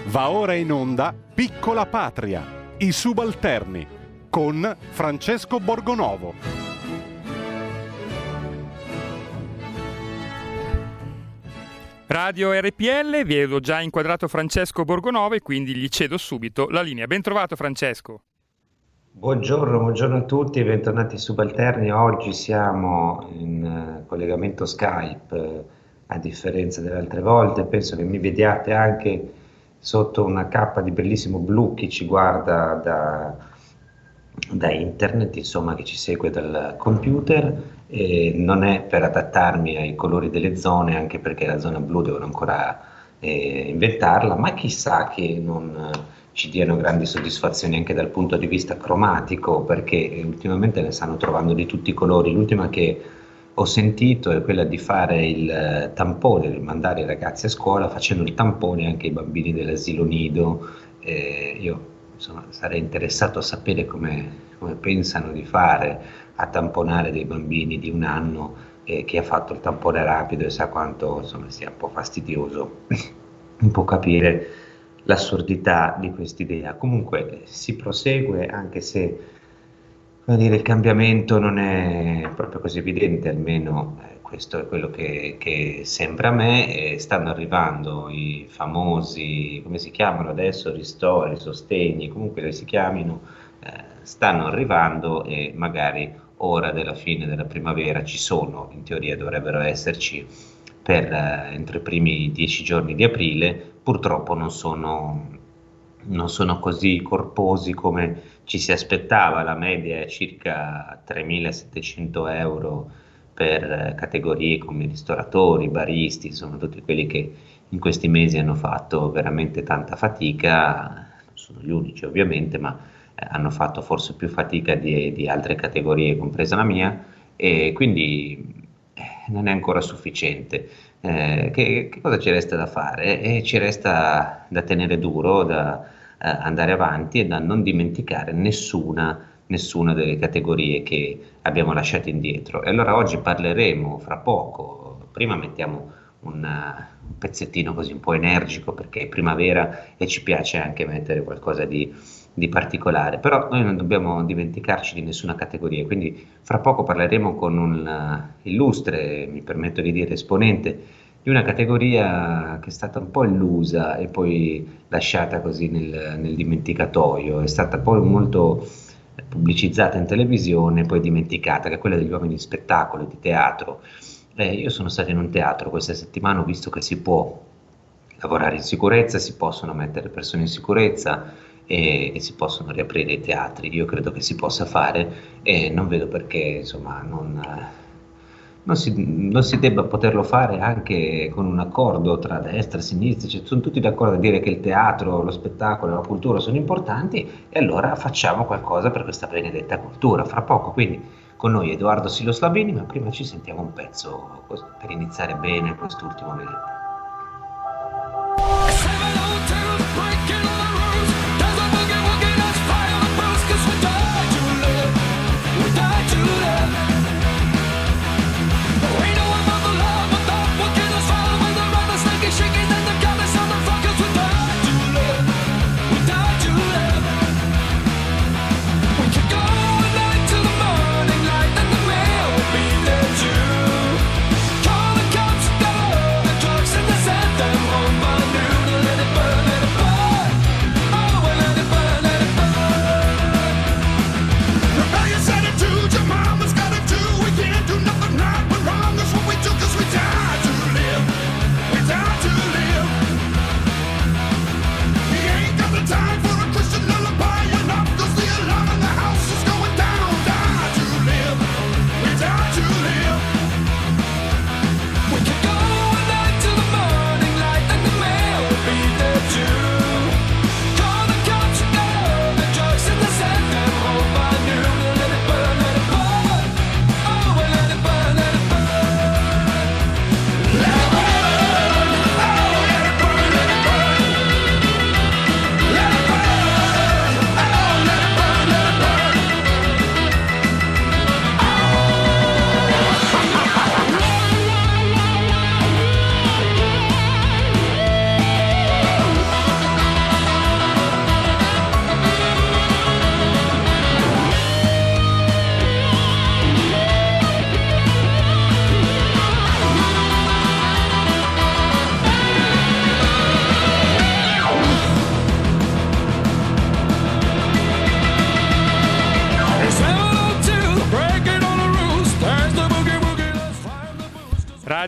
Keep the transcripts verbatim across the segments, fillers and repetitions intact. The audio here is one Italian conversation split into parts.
Va ora in onda Piccola Patria, i subalterni, con Francesco Borgonovo. Radio R P L, vedo già inquadrato Francesco Borgonovo e quindi gli cedo subito la linea. Ben trovato Francesco. Buongiorno, buongiorno a tutti e bentornati subalterni. Oggi siamo in uh, collegamento Skype, uh, a differenza delle altre volte. Penso che mi vediate anche sotto una cappa di bellissimo blu chi ci guarda da, da internet, insomma, che ci segue dal computer. E non è per adattarmi ai colori delle zone, anche perché la zona blu devono ancora eh, inventarla, ma chissà che non eh, ci diano grandi soddisfazioni anche dal punto di vista cromatico, perché ultimamente ne stanno trovando di tutti i colori. L'ultima che ho sentito è quella di fare il eh, tampone, di mandare i ragazzi a scuola facendo il tampone anche ai bambini dell'asilo nido. Eh, io insomma sarei interessato a sapere come, come pensano di fare a tamponare dei bambini di un anno, e chi ha fatto il tampone rapido e sa quanto insomma sia un po' fastidioso un po' capire l'assurdità di quest'idea. Comunque si prosegue, anche se come dire, il cambiamento non è proprio così evidente, almeno eh, questo è quello che, che sembra a me. E stanno arrivando i famosi, come si chiamano adesso, ristori, sostegni, comunque che si chiamino, eh, stanno arrivando, e magari ora della fine della primavera ci sono, in teoria dovrebbero esserci per eh, entro i primi dieci giorni di aprile. Purtroppo non sono, non sono così corposi come ci si aspettava. La media è circa tremilasettecento euro per eh, categorie come ristoratori, baristi, insomma tutti quelli che in questi mesi hanno fatto veramente tanta fatica. Non sono gli unici ovviamente, ma hanno fatto forse più fatica di, di altre categorie, compresa la mia, e quindi eh, non è ancora sufficiente. Eh, che, che cosa ci resta da fare? Eh, ci resta da tenere duro, da eh, andare avanti e da non dimenticare nessuna, nessuna delle categorie che abbiamo lasciato indietro. E allora oggi parleremo fra poco, prima mettiamo un, un pezzettino così un po' energico, perché è primavera e ci piace anche mettere qualcosa di di particolare, però noi non dobbiamo dimenticarci di nessuna categoria, quindi fra poco parleremo con un uh, illustre, mi permetto di dire, esponente di una categoria che è stata un po' illusa e poi lasciata così nel, nel dimenticatoio. È stata poi molto pubblicizzata in televisione, poi dimenticata, che è quella degli uomini di spettacolo, di teatro. Eh, io sono stato in un teatro questa settimana, ho visto che si può lavorare in sicurezza, si possono mettere persone in sicurezza, E, e si possono riaprire i teatri. Io credo che si possa fare, e non vedo perché insomma non, non, si, non si debba poterlo fare anche con un accordo tra destra e sinistra. Cioè, sono tutti d'accordo a dire che il teatro, lo spettacolo, la cultura sono importanti, e allora facciamo qualcosa per questa benedetta cultura. Fra poco quindi con noi Edoardo Silos Labini, ma prima ci sentiamo un pezzo così, per iniziare bene quest'ultimo minuto. Call the cops, go, the drugs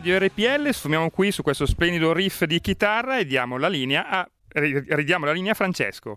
Radio R P L, sfumiamo qui su questo splendido riff di chitarra e diamo la linea a ridiamo la linea a Francesco.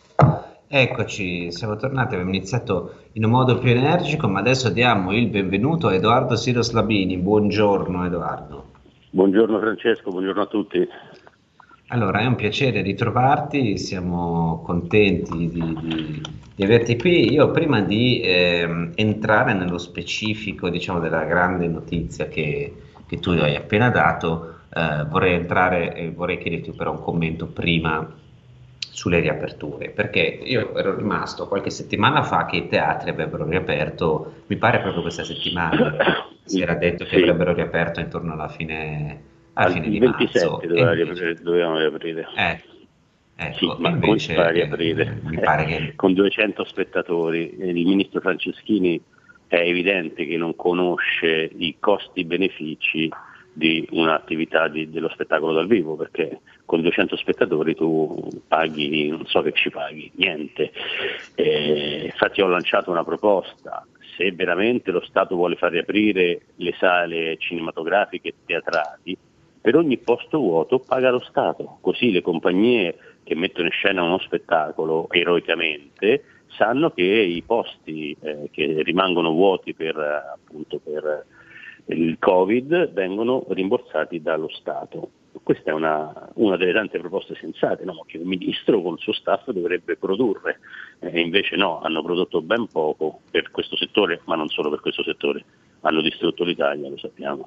Eccoci, siamo tornati, abbiamo iniziato in un modo più energico, ma adesso diamo il benvenuto a Edoardo Siros Labini. Buongiorno Edoardo. Buongiorno Francesco, buongiorno a tutti. Allora, è un piacere ritrovarti, siamo contenti di, di, di averti qui. Io prima di eh, entrare nello specifico, diciamo, della grande notizia che, che tu hai appena dato, eh, vorrei entrare e vorrei chiederti però un commento prima sulle riaperture, perché io ero rimasto qualche settimana fa che i teatri avrebbero riaperto, mi pare proprio questa settimana, si era detto che sì, avrebbero riaperto intorno alla fine, alla al fine di ventisette marzo. Doveva invece, riaprire, dovevamo riaprire. Eh, ecco, sì, ma invece, come si fa a riaprire? Eh, mi pare che... Con duecento spettatori, il ministro Franceschini è evidente che non conosce i costi-benefici di un'attività di, dello spettacolo dal vivo, perché con duecento spettatori tu paghi, non so che ci paghi, niente. Eh, infatti ho lanciato una proposta: se veramente lo Stato vuole far riaprire le sale cinematografiche e teatrali, per ogni posto vuoto paga lo Stato, così le compagnie che mettono in scena uno spettacolo eroicamente sanno che i posti eh, che rimangono vuoti per appunto per il Covid vengono rimborsati dallo Stato. Questa è una, una delle tante proposte sensate, no? Che un ministro con il suo staff dovrebbe produrre, e invece no, hanno prodotto ben poco per questo settore, ma non solo per questo settore, hanno distrutto l'Italia, lo sappiamo.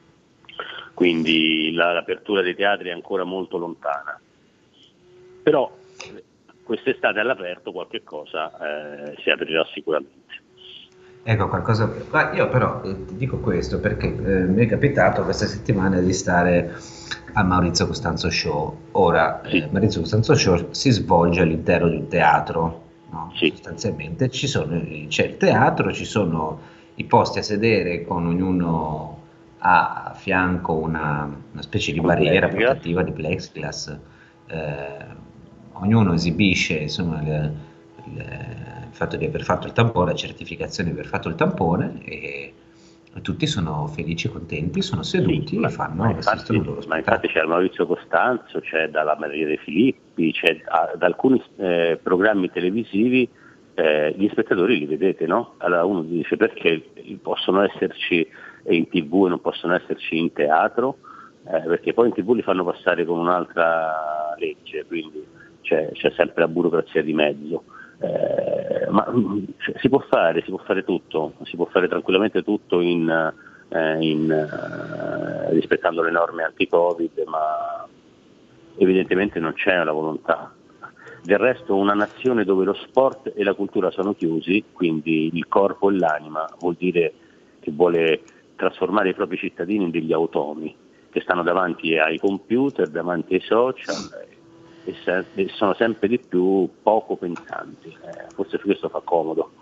Quindi la, l'apertura dei teatri è ancora molto lontana, però quest'estate all'aperto qualche cosa eh, si aprirà sicuramente. Ecco, qualcosa. Ma io però eh, ti dico questo perché eh, mi è capitato questa settimana di stare al Maurizio Costanzo Show. Ora, Sì. eh, Maurizio Costanzo Show si svolge all'interno di un teatro, no? Sì. Sostanzialmente ci sono, c'è il teatro, ci sono i posti a sedere con ognuno a fianco una, una specie di Un barriera plexiglass. protettiva di plexiglass. Eh, ognuno esibisce insomma il, il, il fatto di aver fatto il tampone, la certificazione di aver fatto il tampone e, e tutti sono felici e contenti, sono seduti sì, e fanno ma infatti, assistono al loro ma spettacolo. infatti c'è il Maurizio Costanzo, c'è dalla Maria De Filippi, c'è a, da alcuni eh, programmi televisivi eh, gli spettatori li vedete, no? Allora uno dice perché possono esserci in tv e non possono esserci in teatro, eh, perché poi in tv li fanno passare con un'altra legge, quindi c'è, c'è sempre la burocrazia di mezzo. Eh, ma cioè, si può fare, si può fare tutto, si può fare tranquillamente tutto in, eh, in, eh, rispettando le norme anti-Covid, ma evidentemente non c'è la volontà. Del resto una nazione dove lo sport e la cultura sono chiusi, quindi il corpo e l'anima, vuol dire che vuole trasformare i propri cittadini in degli automi che stanno davanti ai computer, davanti ai social e, se- e sono sempre di più poco pensanti. Eh, forse questo fa comodo.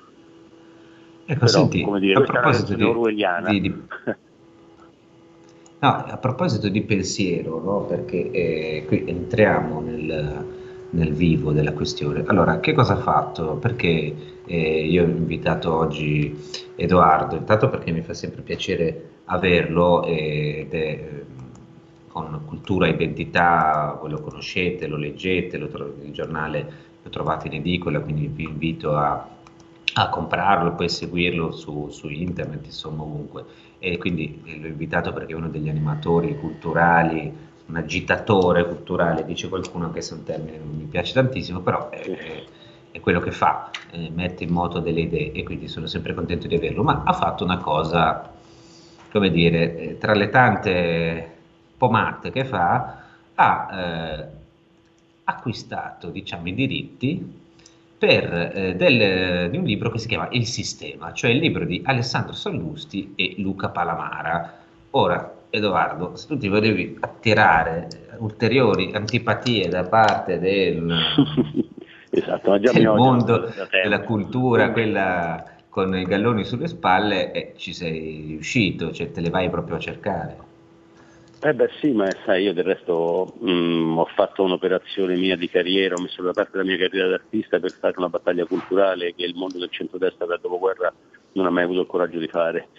Ecco, Però, senti, come dire, a questa è una proposito versione di, orwelliana. di, di- no, a proposito di pensiero, no? Perché eh, qui entriamo nel, nel vivo della questione. Allora, che cosa ha fatto? Perché eh, io ho invitato oggi Edoardo, intanto perché mi fa sempre piacere averlo ed è eh, con cultura e identità, voi lo conoscete, lo leggete, lo tro- il giornale lo trovate in edicola, quindi vi invito a, a comprarlo e poi seguirlo su, su internet, insomma ovunque. E quindi eh, l'ho invitato perché è uno degli animatori culturali, un agitatore culturale, dice qualcuno, anche se è un termine non mi piace tantissimo, però è, è- è quello che fa, eh, mette in moto delle idee e quindi sono sempre contento di averlo, ma ha fatto una cosa, come dire, eh, tra le tante pomate che fa, ha eh, acquistato, diciamo, i diritti per, eh, del- di un libro che si chiama Il Sistema, cioè il libro di Alessandro Sallusti e Luca Palamara. Ora, Edoardo, se tu ti volevi attirare ulteriori antipatie da parte del, Esatto, ma già mi del odiano mondo da, da della tempo. cultura, quella con i galloni sulle spalle, eh, ci sei riuscito, cioè te le vai proprio a cercare. Eh beh sì, ma sai, io del resto mh, ho fatto un'operazione mia di carriera, ho messo da parte la mia carriera d'artista per fare una battaglia culturale che il mondo del centrodestra dal dopoguerra non ha mai avuto il coraggio di fare.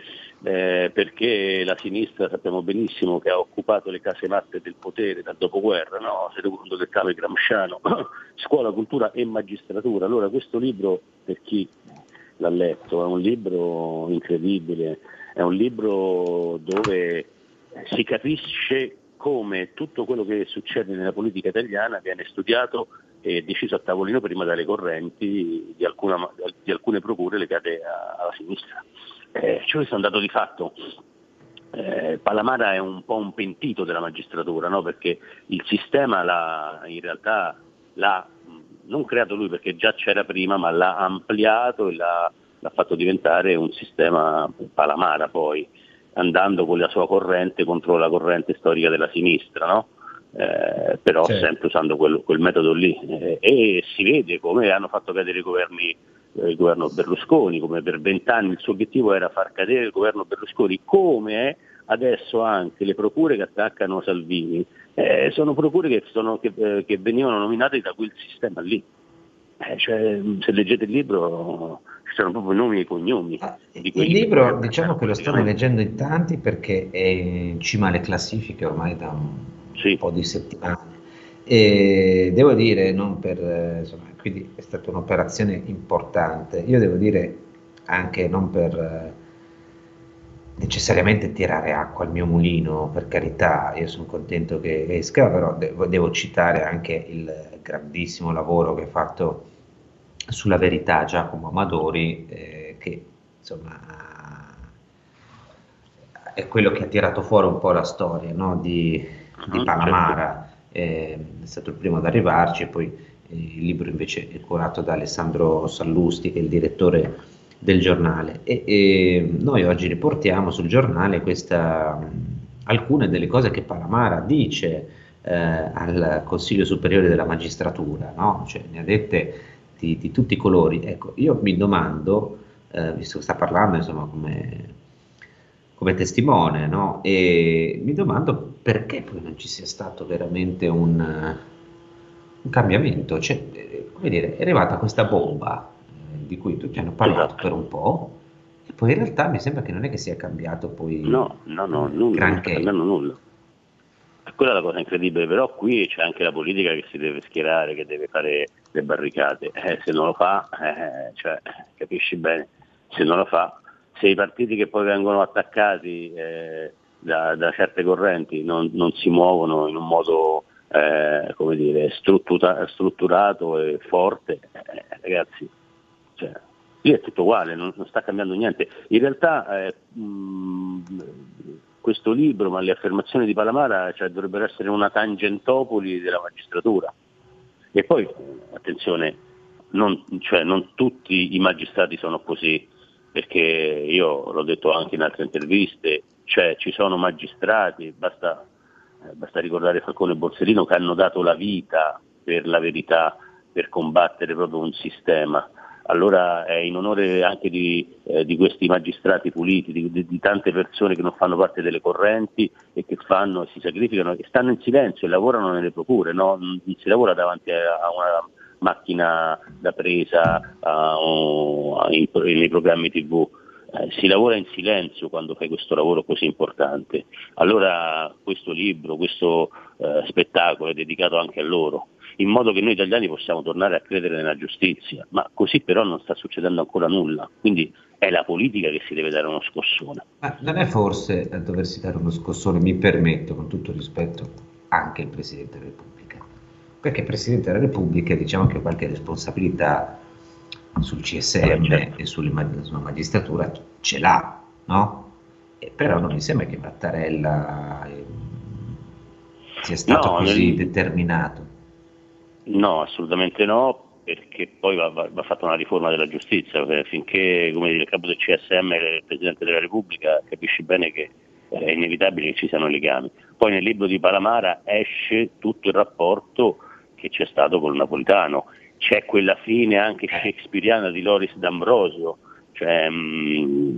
eh, perché la sinistra sappiamo benissimo che ha occupato le casematte del potere dal dopoguerra, no? Secondo dettame gramsciano, scuola, cultura e magistratura. Allora questo libro, per chi l'ha letto, è un libro incredibile, è un libro dove si capisce come tutto quello che succede nella politica italiana viene studiato e deciso a tavolino prima dalle correnti di, alcuna, di alcune procure legate a, alla sinistra. Eh, cioè questo è un dato di fatto. Eh, Palamara è un po' un pentito della magistratura, no? Perché il sistema l'ha, in realtà l'ha non creato lui perché già c'era prima, ma l'ha ampliato e l'ha, l'ha fatto diventare un sistema Palamara poi, andando con la sua corrente contro la corrente storica della sinistra, no? Eh, però certo. Sempre usando quel, quel metodo lì, eh, e si vede come hanno fatto cadere i governi, eh, il governo Berlusconi, come per vent'anni il suo obiettivo era far cadere il governo Berlusconi, come adesso anche le procure che attaccano Salvini eh, sono procure che, sono, che, eh, che venivano nominate da quel sistema lì. Eh, cioè, se leggete il libro ci sono proprio nomi e cognomi. Ah, di il libro diciamo che lo stanno leggendo in tanti perché è in cima alle classifiche ormai da un sì. po' di settimane e devo dire non per insomma, quindi è stata un'operazione importante, io devo dire anche non per necessariamente tirare acqua al mio mulino, per carità, io sono contento che esca, però devo, devo citare anche il grandissimo lavoro che ha fatto sulla verità Giacomo Amadori, eh, che insomma è quello che ha tirato fuori un po' la storia, no? di, di Palamara, eh, è stato il primo ad arrivarci, e poi eh, il libro invece è curato da Alessandro Sallusti, che è il direttore del giornale, e, e noi oggi riportiamo sul giornale questa, alcune delle cose che Palamara dice eh, al Consiglio Superiore della Magistratura, no? Cioè, ne ha dette di, di tutti i colori. Ecco, io mi domando, eh, visto che sta parlando insomma come, come testimone, no? E mi domando perché poi non ci sia stato veramente un, un cambiamento, cioè, come dire, è arrivata questa bomba di cui tutti hanno parlato esatto. per un po', e poi in realtà mi sembra che non è che sia cambiato poi no, no, no, nulla, non sta cambiando nulla. Quella è la cosa incredibile, però qui c'è anche la politica che si deve schierare, che deve fare le barricate, eh, se non lo fa, eh, cioè, capisci bene, se non lo fa, se i partiti che poi vengono attaccati eh, da, da certe correnti non, non si muovono in un modo eh, come dire, struttura, strutturato e forte, eh, ragazzi, cioè, lì è tutto uguale, non, non sta cambiando niente. In realtà eh, mh, questo libro, ma le affermazioni di Palamara, cioè, dovrebbero essere una tangentopoli della magistratura. E poi, attenzione, non, cioè, non tutti i magistrati sono così, perché io l'ho detto anche in altre interviste, cioè ci sono magistrati, basta, eh, basta ricordare Falcone e Borsellino, che hanno dato la vita per la verità, per combattere proprio un sistema. Allora è in onore anche di, eh, di questi magistrati puliti, di, di, di tante persone che non fanno parte delle correnti e che fanno e si sacrificano e stanno in silenzio e lavorano nelle procure, no? Non si lavora davanti a, a una macchina da presa a, a, in, nei programmi tivù, eh, si lavora in silenzio quando fai questo lavoro così importante. Allora questo libro, questo eh, spettacolo è dedicato anche a loro, in modo che noi italiani possiamo tornare a credere nella giustizia, ma così però non sta succedendo ancora nulla, quindi è la politica che si deve dare uno scossone. Ma non è forse a doversi dare uno scossone, mi permetto, con tutto il rispetto, anche il Presidente della Repubblica? Perché il Presidente della Repubblica, diciamo che qualche responsabilità sul C S M eh, certo. e sulla magistratura ce l'ha, no? E però non mi sembra che Mattarella eh, sia stato no, così nel... determinato. No, assolutamente no, perché poi va, va, va fatta una riforma della giustizia, finché come dire, il capo del C S M è il Presidente della Repubblica, capisci bene che è inevitabile che ci siano legami. Poi nel libro di Palamara esce tutto il rapporto che c'è stato col Napolitano, c'è quella fine anche shakespeariana di Loris D'Ambrosio, cioè mh,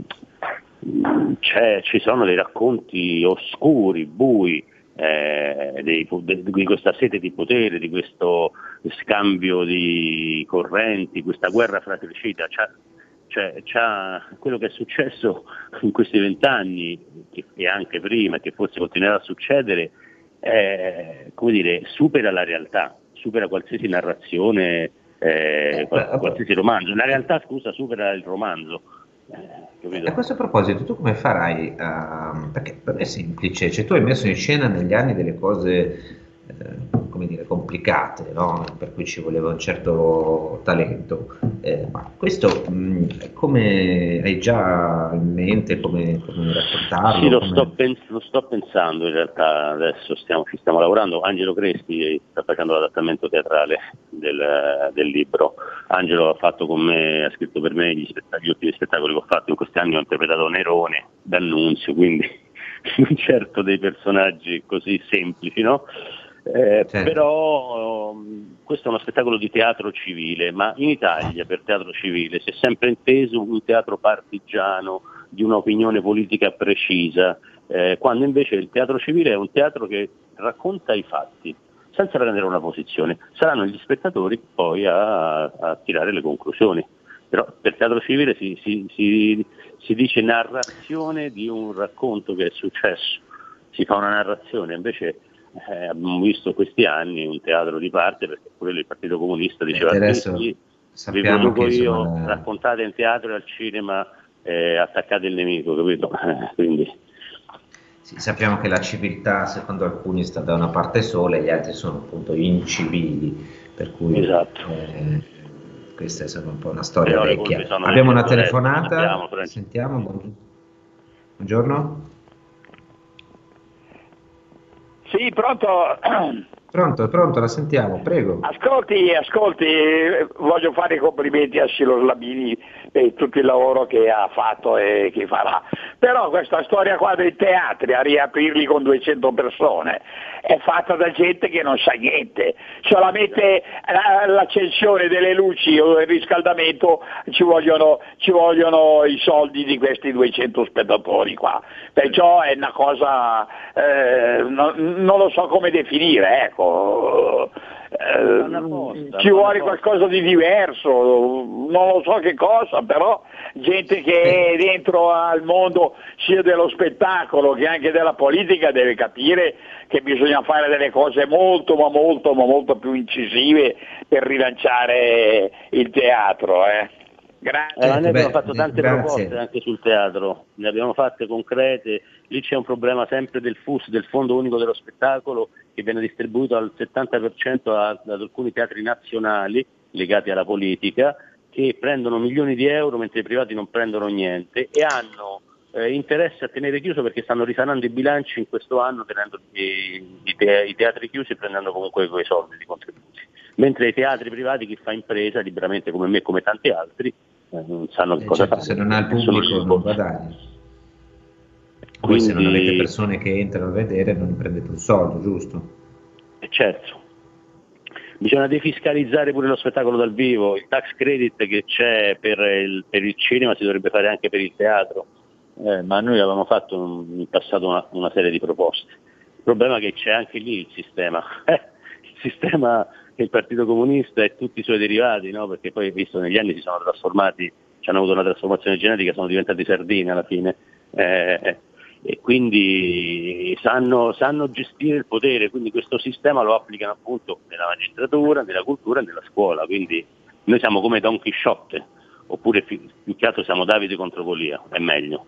c'è, ci sono dei racconti oscuri, bui, Eh, di, di questa sete di potere, di questo scambio di correnti, questa guerra fratricida, c'è, cioè c'ha quello che è successo in questi vent'anni e anche prima, che forse continuerà a succedere, eh, come dire, supera la realtà, supera qualsiasi narrazione, eh, qualsiasi romanzo. La realtà, scusa, supera il romanzo. Eh, a questo proposito, tu come farai? Uh, perché per me è semplice, cioè tu hai messo in scena negli anni delle cose eh, come dire, complicate, no? Per cui ci voleva un certo talento. Eh, ma questo mh, come hai già in mente come, come raccontarlo? Sì, lo, come... sto pens- lo sto pensando in realtà, adesso stiamo, ci stiamo lavorando. Angelo Crespi sta facendo l'adattamento teatrale del, del libro. Angelo ha fatto con me, ha scritto per me gli, spett- gli ultimi spettacoli che ho fatto in questi anni. Ho interpretato Nerone, D'Annunzio, quindi non certo dei personaggi così semplici, no? Eh, certo. Però um, questo è uno spettacolo di teatro civile, ma in Italia per teatro civile si è sempre inteso un teatro partigiano di un'opinione politica precisa, eh, quando invece il teatro civile è un teatro che racconta i fatti senza prendere una posizione. Saranno gli spettatori poi a, a tirare le conclusioni. Però per teatro civile si, si, si, si dice narrazione di un racconto che è successo, si fa una narrazione, invece Eh, abbiamo visto questi anni un teatro di parte, perché quello il Partito Comunista diceva eh, sì, sì, vi produco che, io, insomma, la... raccontate in teatro e al cinema, eh, attaccate il nemico, capito? Eh, quindi... sì, sappiamo che la civiltà secondo alcuni sta da una parte sola e gli altri sono appunto incivili, per cui esatto. eh, questa è un po' una storia Però vecchia. Abbiamo una telefonata, sappiamo, sentiamo, buongiorno. Sì, pronto? Pronto, pronto, la sentiamo, prego. Ascolti, ascolti, voglio fare i complimenti a Silo Slabini per tutto il lavoro che ha fatto e che farà. Però questa storia qua dei teatri, a riaprirli con duecento persone, è fatta da gente che non sa niente. Solamente l'accensione delle luci o il riscaldamento ci vogliono, ci vogliono i soldi di questi duecento spettatori qua. Perciò è una cosa, eh, non, non lo so come definire, ecco. Eh, ci vuole qualcosa di diverso, non lo so che cosa, però gente che è dentro al mondo sia dello spettacolo che anche della politica deve capire che bisogna fare delle cose molto ma molto ma molto più incisive per rilanciare il teatro, eh. Grazie. Eh, noi abbiamo fatto tante grazie. proposte anche sul teatro, ne abbiamo fatte concrete. Lì c'è un problema sempre del F U S, del Fondo Unico dello Spettacolo, che viene distribuito al settanta per cento ad alcuni teatri nazionali legati alla politica, che prendono milioni di euro mentre i privati non prendono niente e hanno eh, interesse a tenere chiuso perché stanno risanando i bilanci in questo anno, tenendo i, i, te, i teatri chiusi e prendendo comunque quei soldi di contributi. Mentre i teatri privati, chi fa impresa liberamente come me e come tanti altri, eh, non sanno che eh cosa certo, fare. Se non ha il pubblico non guadagni. Poi se non avete persone che entrano a vedere non prendete un soldo, giusto? Eh certo. Bisogna defiscalizzare pure lo spettacolo dal vivo, il tax credit che c'è per il, per il cinema si dovrebbe fare anche per il teatro, eh, ma noi avevamo fatto in passato una, una serie di proposte. Il problema è che c'è anche lì il sistema, il sistema che il Partito Comunista e tutti i suoi derivati, no? Perché poi visto negli anni si sono trasformati, ci hanno avuto una trasformazione genetica, sono diventati sardine alla fine. Eh, e quindi sanno, sanno gestire il potere, quindi questo sistema lo applicano appunto nella magistratura, nella cultura e nella scuola, quindi noi siamo come Don Chisciotte, oppure più, più che altro siamo Davide contro Golia, è meglio,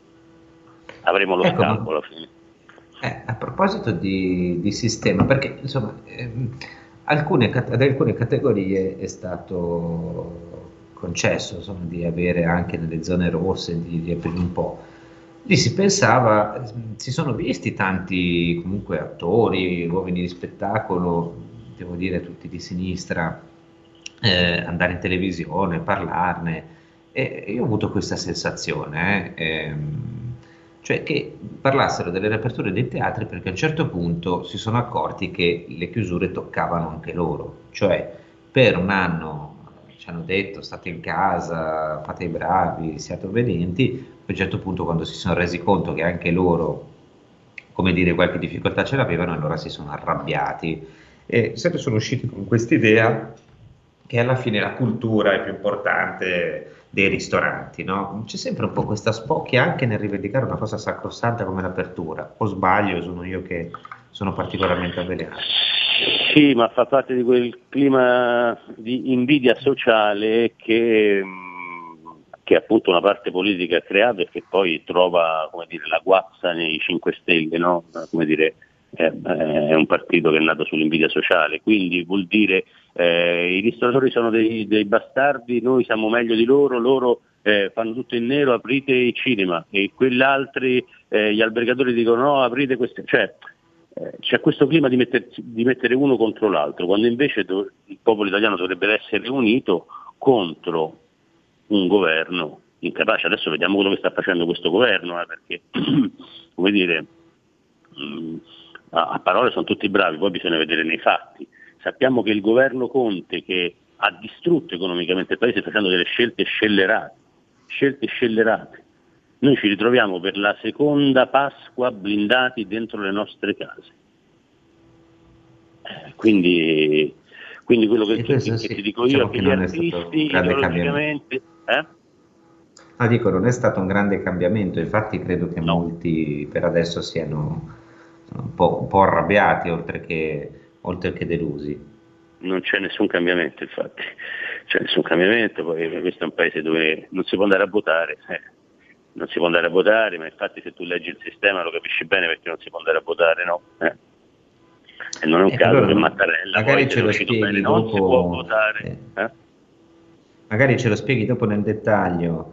avremo lo ecco, scampo alla fine. Eh, a proposito di, di sistema, perché insomma ehm, alcune, ad alcune categorie è stato concesso insomma, di avere anche nelle zone rosse, di, di aprire un po'. Lì si pensava, si sono visti tanti comunque attori, uomini di spettacolo, devo dire tutti di sinistra, eh, andare in televisione, parlarne, e io ho avuto questa sensazione, eh, ehm, cioè che parlassero delle riaperture dei teatri perché a un certo punto si sono accorti che le chiusure toccavano anche loro, cioè per un anno ci hanno detto state in casa, fate i bravi, siate obbedienti. A un certo punto quando si sono resi conto che anche loro, come dire, qualche difficoltà ce l'avevano, allora si sono arrabbiati e sono usciti con quest'idea che alla fine la cultura è più importante dei ristoranti, no? C'è sempre un po' questa spocchia anche nel rivendicare una cosa sacrosanta come l'apertura. O sbaglio, sono io che sono particolarmente avvelenato? Sì, ma fa parte di quel clima di invidia sociale che, che appunto una parte politica ha creato e che poi trova, come dire, la guazza nei cinque Stelle, no? Come dire, è, è un partito che è nato sull'invidia sociale, quindi vuol dire eh, i ristoratori sono dei, dei bastardi, noi siamo meglio di loro, loro eh, fanno tutto in nero, aprite i cinema, e quell'altri, eh, gli albergatori dicono no, aprite queste, cioè eh, c'è questo clima di, mettersi, di mettere uno contro l'altro, quando invece do, il popolo italiano dovrebbe essere unito contro un governo incapace. Adesso vediamo quello che sta facendo questo governo, eh, perché come dire, mh, a, a parole sono tutti bravi, poi bisogna vedere nei fatti. Sappiamo che il governo Conte, che ha distrutto economicamente il paese facendo delle scelte scellerate, scelte scellerate, noi ci ritroviamo per la seconda Pasqua blindati dentro le nostre case. Eh, quindi, quindi quello che, che, che sì, ti dico io è che gli artisti ideologicamente... Eh? Ah, dico, non è stato un grande cambiamento, infatti credo che no. molti per adesso siano un po', un po' arrabbiati oltre che, oltre che delusi. Non c'è nessun cambiamento, infatti, c'è nessun cambiamento, poi questo è un paese dove non si può andare a votare, eh. non si può andare a votare, ma infatti se tu leggi il sistema lo capisci bene perché non si può andare a votare, no? Eh. E non è un eh, caso che Mattarella magari poi ce lo spieghi bene, dopo, non si può votare. Eh. Eh? Magari ce lo spieghi dopo nel dettaglio,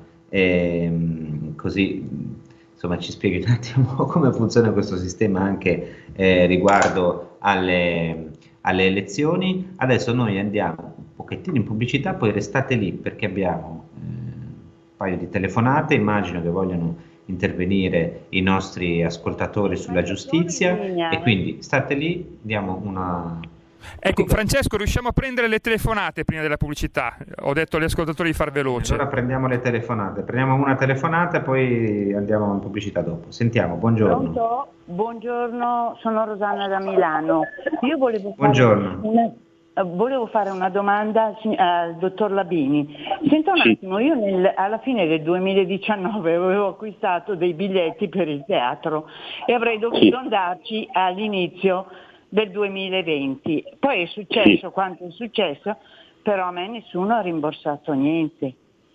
ehm, così insomma ci spieghi un attimo come funziona questo sistema anche eh, riguardo alle, alle elezioni. Adesso noi andiamo un pochettino in pubblicità, poi restate lì perché abbiamo eh, un paio di telefonate, immagino che vogliono intervenire i nostri ascoltatori sulla giustizia e quindi state lì, diamo una... Ecco, Francesco, riusciamo a prendere le telefonate prima della pubblicità? Ho detto agli ascoltatori di far veloce. Allora prendiamo le telefonate, prendiamo una telefonata e poi andiamo in pubblicità dopo. Sentiamo, buongiorno. Pronto? Buongiorno, sono Rosanna da Milano. Io volevo fare buongiorno. Una, volevo fare una domanda al dottor Labini. Senta un attimo, io nel, alla fine del duemiladiciannove avevo acquistato dei biglietti per il teatro e avrei dovuto andarci all'inizio del duemilaventi. Poi è successo sì. quanto è successo, però a me nessuno ha rimborsato niente.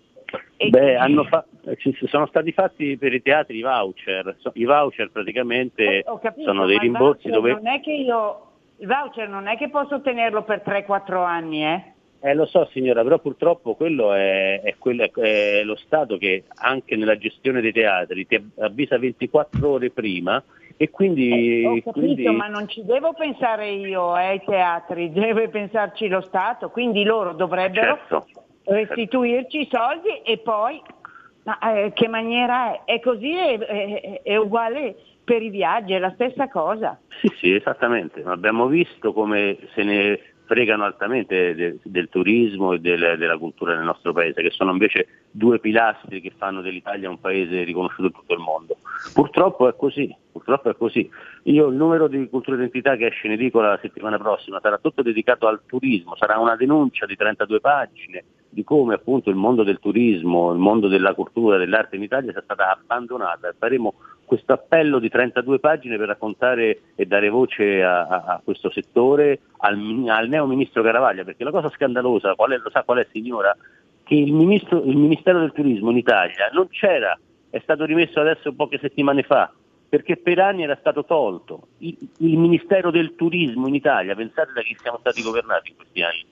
E Beh, hanno fa- ci sono stati fatti per i teatri i voucher. I voucher praticamente ho capito, sono dei rimborsi dove... Non è che io... Il voucher non è che posso tenerlo per tre quattro anni, eh? Eh, lo so signora, però purtroppo quello è, è, quello è, è lo Stato che anche nella gestione dei teatri ti avvisa ventiquattro ore prima e quindi... Eh, ho capito, quindi... ma non ci devo pensare io eh, ai teatri, deve pensarci lo Stato, quindi loro dovrebbero certo. restituirci i soldi e poi... Ma eh, che maniera è? È così, è, è, è uguale per i viaggi, è la stessa cosa. Sì, sì, esattamente. Abbiamo visto come se ne fregano altamente de, del turismo e del, della cultura nel nostro paese, che sono invece due pilastri che fanno dell'Italia un paese riconosciuto in tutto il mondo. Purtroppo è così, purtroppo è così. Io il numero di Cultura e Identità che esce in edicola la settimana prossima sarà tutto dedicato al turismo, sarà una denuncia di trentadue pagine di come appunto il mondo del turismo, il mondo della cultura, dell'arte in Italia sia stata abbandonata. Faremo questo appello di trentadue pagine per raccontare e dare voce a, a, a questo settore, al, al neo ministro Garavaglia, perché la cosa scandalosa, qual è, lo sa qual è signora? Che il, ministro, il Ministero del Turismo in Italia non c'era, è stato rimesso adesso poche settimane fa, perché per anni era stato tolto. Il, il Ministero del Turismo in Italia, pensate da chi siamo stati governati in questi anni.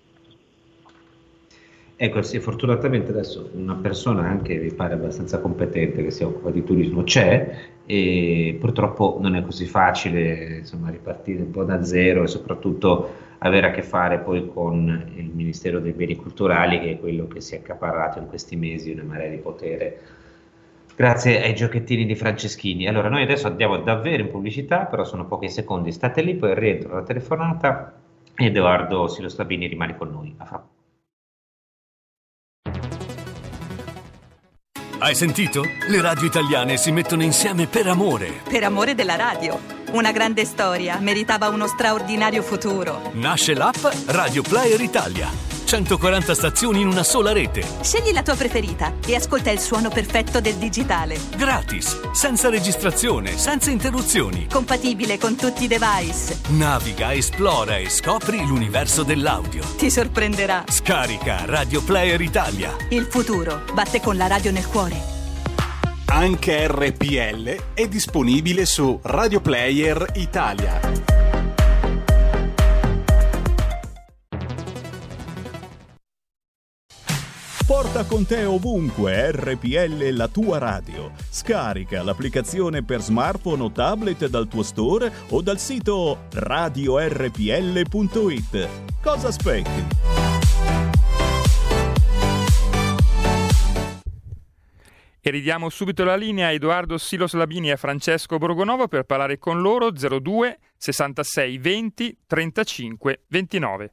Ecco, sì, fortunatamente adesso una persona anche mi pare abbastanza competente che si occupa di turismo c'è e purtroppo non è così facile insomma ripartire un po' da zero e soprattutto avere a che fare poi con il Ministero dei Beni Culturali, che è quello che si è accaparrato in questi mesi una marea di potere grazie ai giochettini di Franceschini. Allora noi adesso andiamo davvero in pubblicità, però sono pochi secondi, state lì, poi rientro la telefonata e Edoardo Silo Stabini rimane con noi. A fra. Hai sentito? Le radio italiane si mettono insieme per amore. Per amore della radio. Una grande storia meritava uno straordinario futuro. Nasce l'app Radio Player Italia. centoquaranta stazioni in una sola rete. Scegli la tua preferita e ascolta il suono perfetto del digitale. Gratis, senza registrazione, senza interruzioni. Compatibile con tutti i device. Naviga, esplora e scopri l'universo dell'audio. Ti sorprenderà. Scarica Radio Player Italia. Il futuro batte con la radio nel cuore. Anche R P L è disponibile su Radio Player Italia. Porta con te ovunque R P L, la tua radio. Scarica l'applicazione per smartphone o tablet dal tuo store o dal sito radio r p l punto i t. Cosa aspetti? E ridiamo subito la linea a Edoardo Silos Labini e a Francesco Borgonovo per parlare con loro. Zero due sessantasei venti trentacinque ventinove.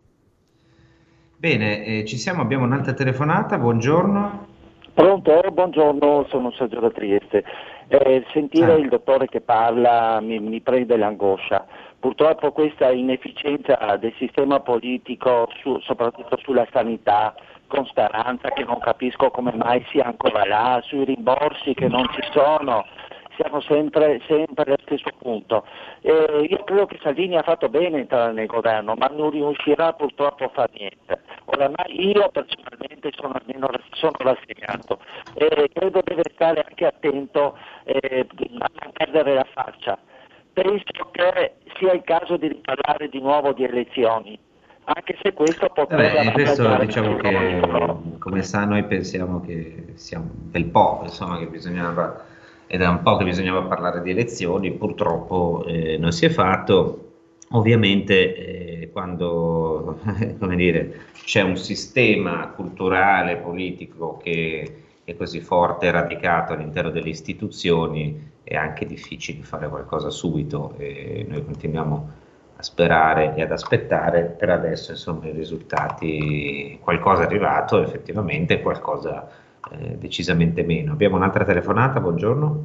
Bene, eh, ci siamo, abbiamo un'altra telefonata, buongiorno. Pronto? Buongiorno, sono Sergio da Trieste. Eh, sentire Ah. il dottore che parla mi, mi prende l'angoscia. Purtroppo questa inefficienza del sistema politico, su, soprattutto sulla sanità, con Speranza che non capisco come mai sia ancora là, sui rimborsi che non ci sono, siamo sempre, sempre allo stesso punto. Eh, io credo che Salvini ha fatto bene entrare nel governo, ma non riuscirà purtroppo a fare niente. Oramai io personalmente sono almeno sono rassegnato e credo deve stare anche attento eh, a non perdere la faccia. Penso che sia il caso di riparlare di nuovo di elezioni, anche se questo potrebbe Vabbè, questo avvantaggiare diciamo il che, loro. come sa, noi pensiamo che sia un bel po', insomma, che bisognava, ed è un po' che bisognava parlare di elezioni, purtroppo eh, non si è fatto. Ovviamente eh, quando come dire, c'è un sistema culturale, politico che è così forte e radicato all'interno delle istituzioni, è anche difficile fare qualcosa subito, e noi continuiamo a sperare e ad aspettare. Per adesso insomma i risultati, qualcosa è arrivato effettivamente, qualcosa eh, decisamente meno. Abbiamo un'altra telefonata, buongiorno.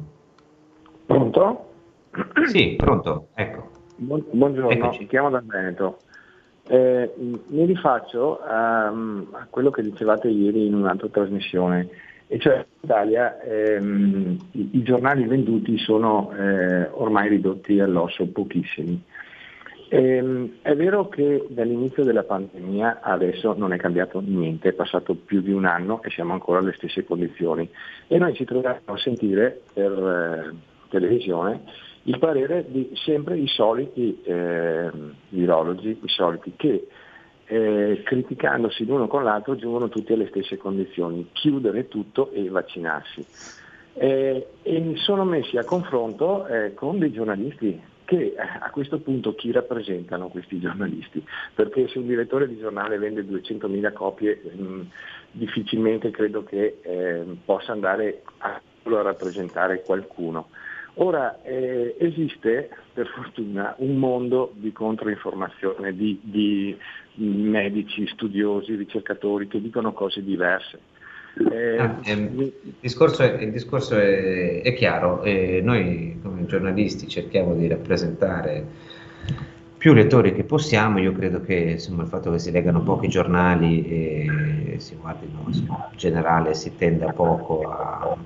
Pronto? Sì, pronto, ecco. Buon- buongiorno, Eccoci. mi chiamo dal Veneto. Eh, mi rifaccio a, a quello che dicevate ieri in un'altra trasmissione, e cioè in Italia ehm, i, i giornali venduti sono eh, ormai ridotti all'osso, pochissimi. Ehm, è vero che dall'inizio della pandemia adesso non è cambiato niente, è passato più di un anno e siamo ancora alle stesse condizioni, e noi ci troviamo a sentire per eh, televisione il parere di sempre i soliti eh, virologi, i soliti che eh, criticandosi l'uno con l'altro giungono tutti alle stesse condizioni: chiudere tutto e vaccinarsi. Eh, e sono messi a confronto eh, con dei giornalisti che a questo punto chi rappresentano questi giornalisti? Perché se un direttore di giornale vende duecentomila copie mh, difficilmente credo che eh, possa andare a, a rappresentare qualcuno. Ora eh, esiste per fortuna un mondo di controinformazione, di, di medici, studiosi, ricercatori che dicono cose diverse. Eh, Ah, ehm, il discorso è, il discorso è, è chiaro, e noi come giornalisti cerchiamo di rappresentare più lettori che possiamo. Io credo che insomma, il fatto che si leggano pochi giornali e si guardino, insomma, in generale si tenda poco a,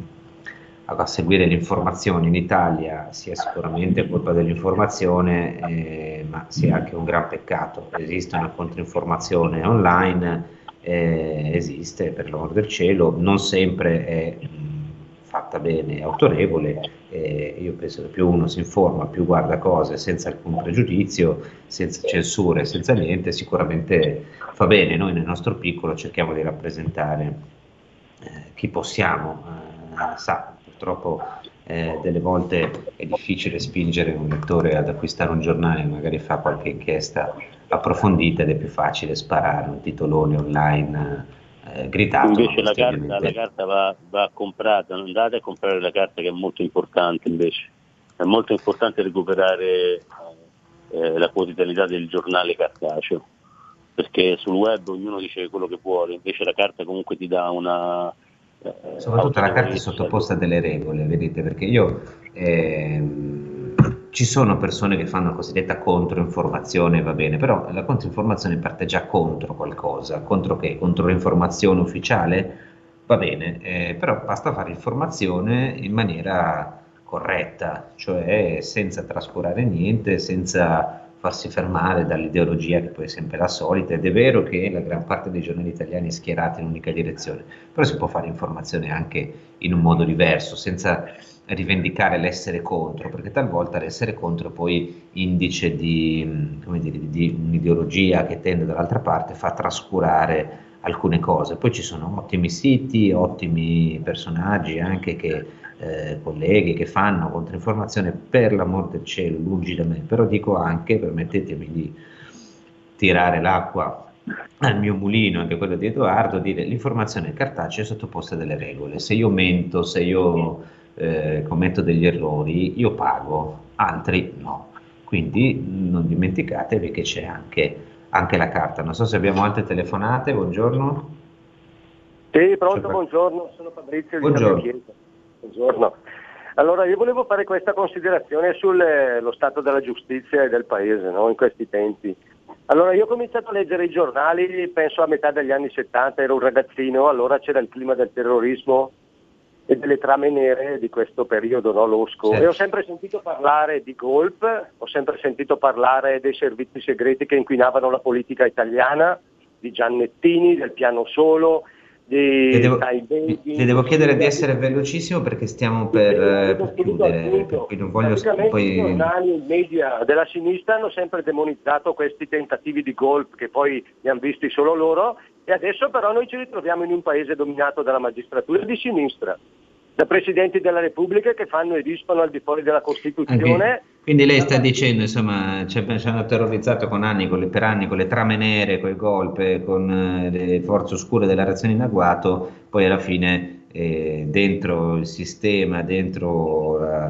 a seguire le informazioni in Italia sia sicuramente colpa dell'informazione, eh, ma sia anche un gran peccato. Esiste una controinformazione online, eh, esiste, per l'amor del cielo, non sempre è mh, fatta bene e autorevole. Eh, io penso che più uno si informa, più guarda cose senza alcun pregiudizio, senza censure, senza niente, sicuramente fa bene. Noi nel nostro piccolo cerchiamo di rappresentare eh, chi possiamo. Eh, sa, purtroppo eh, delle volte è difficile spingere un lettore ad acquistare un giornale, magari fa qualche inchiesta approfondita ed è più facile sparare un titolone online eh, gridato. Invece la carta, ovviamente... la carta va, va comprata, non andate a comprare la carta, che è molto importante. Invece è molto importante recuperare eh, la quotidianità del giornale cartaceo, perché sul web ognuno dice quello che vuole, invece la carta comunque ti dà una eh, soprattutto la carta è sottoposta a delle regole, vedete, perché io ehm, ci sono persone che fanno la cosiddetta controinformazione, va bene, però la controinformazione parte già contro qualcosa. Contro che? Contro l'informazione ufficiale? Va bene, eh, però basta fare informazione in maniera corretta, cioè senza trascurare niente, senza farsi fermare dall'ideologia che poi è sempre la solita. Ed è vero che la gran parte dei giornali italiani è schierata in un'unica direzione, però si può fare informazione anche in un modo diverso, senza rivendicare l'essere contro, perché talvolta l'essere contro è poi indice di, come dire, di un'ideologia che tende dall'altra parte, fa trascurare alcune cose. Poi ci sono ottimi siti, ottimi personaggi anche che eh, colleghi che fanno controinformazione, per l'amor del cielo, lungi da me, però dico anche, permettetemi di tirare l'acqua al mio mulino, anche quello di Edoardo, dire l'informazione cartacea è sottoposta a delle regole. Se io mento, se io eh, commetto degli errori, io pago, altri no. Quindi non dimenticatevi che c'è anche, anche la carta. Non so se abbiamo altre telefonate. Buongiorno. Sì, pronto, buongiorno, sono Fabrizio di San Chiesa. Buongiorno. Allora, io volevo fare questa considerazione sullo stato della giustizia e del paese, no, in questi tempi. Allora, io ho cominciato a leggere i giornali, penso a metà degli anni settanta, ero un ragazzino, allora c'era il clima del terrorismo e delle trame nere di questo periodo, no, losco. Certo. E ho sempre sentito parlare di golpe, ho sempre sentito parlare dei servizi segreti che inquinavano la politica italiana, di Giannettini, del piano solo, di le devo, le devo chiedere di essere velocissimo perché stiamo per, eh, per chiudere, per cui non voglio poi... I giornali e i media della sinistra hanno sempre demonizzato questi tentativi di golpe che poi li hanno visti solo loro, e adesso però noi ci ritroviamo in un paese dominato dalla magistratura di sinistra, da presidenti della Repubblica che fanno e disfano al di fuori della Costituzione. Anche, quindi lei sta dicendo, insomma, ci hanno terrorizzato con anni, con le, per anni con le trame nere, con i golpe, con eh, le forze oscure della reazione in agguato, poi alla fine eh, dentro il sistema, dentro la,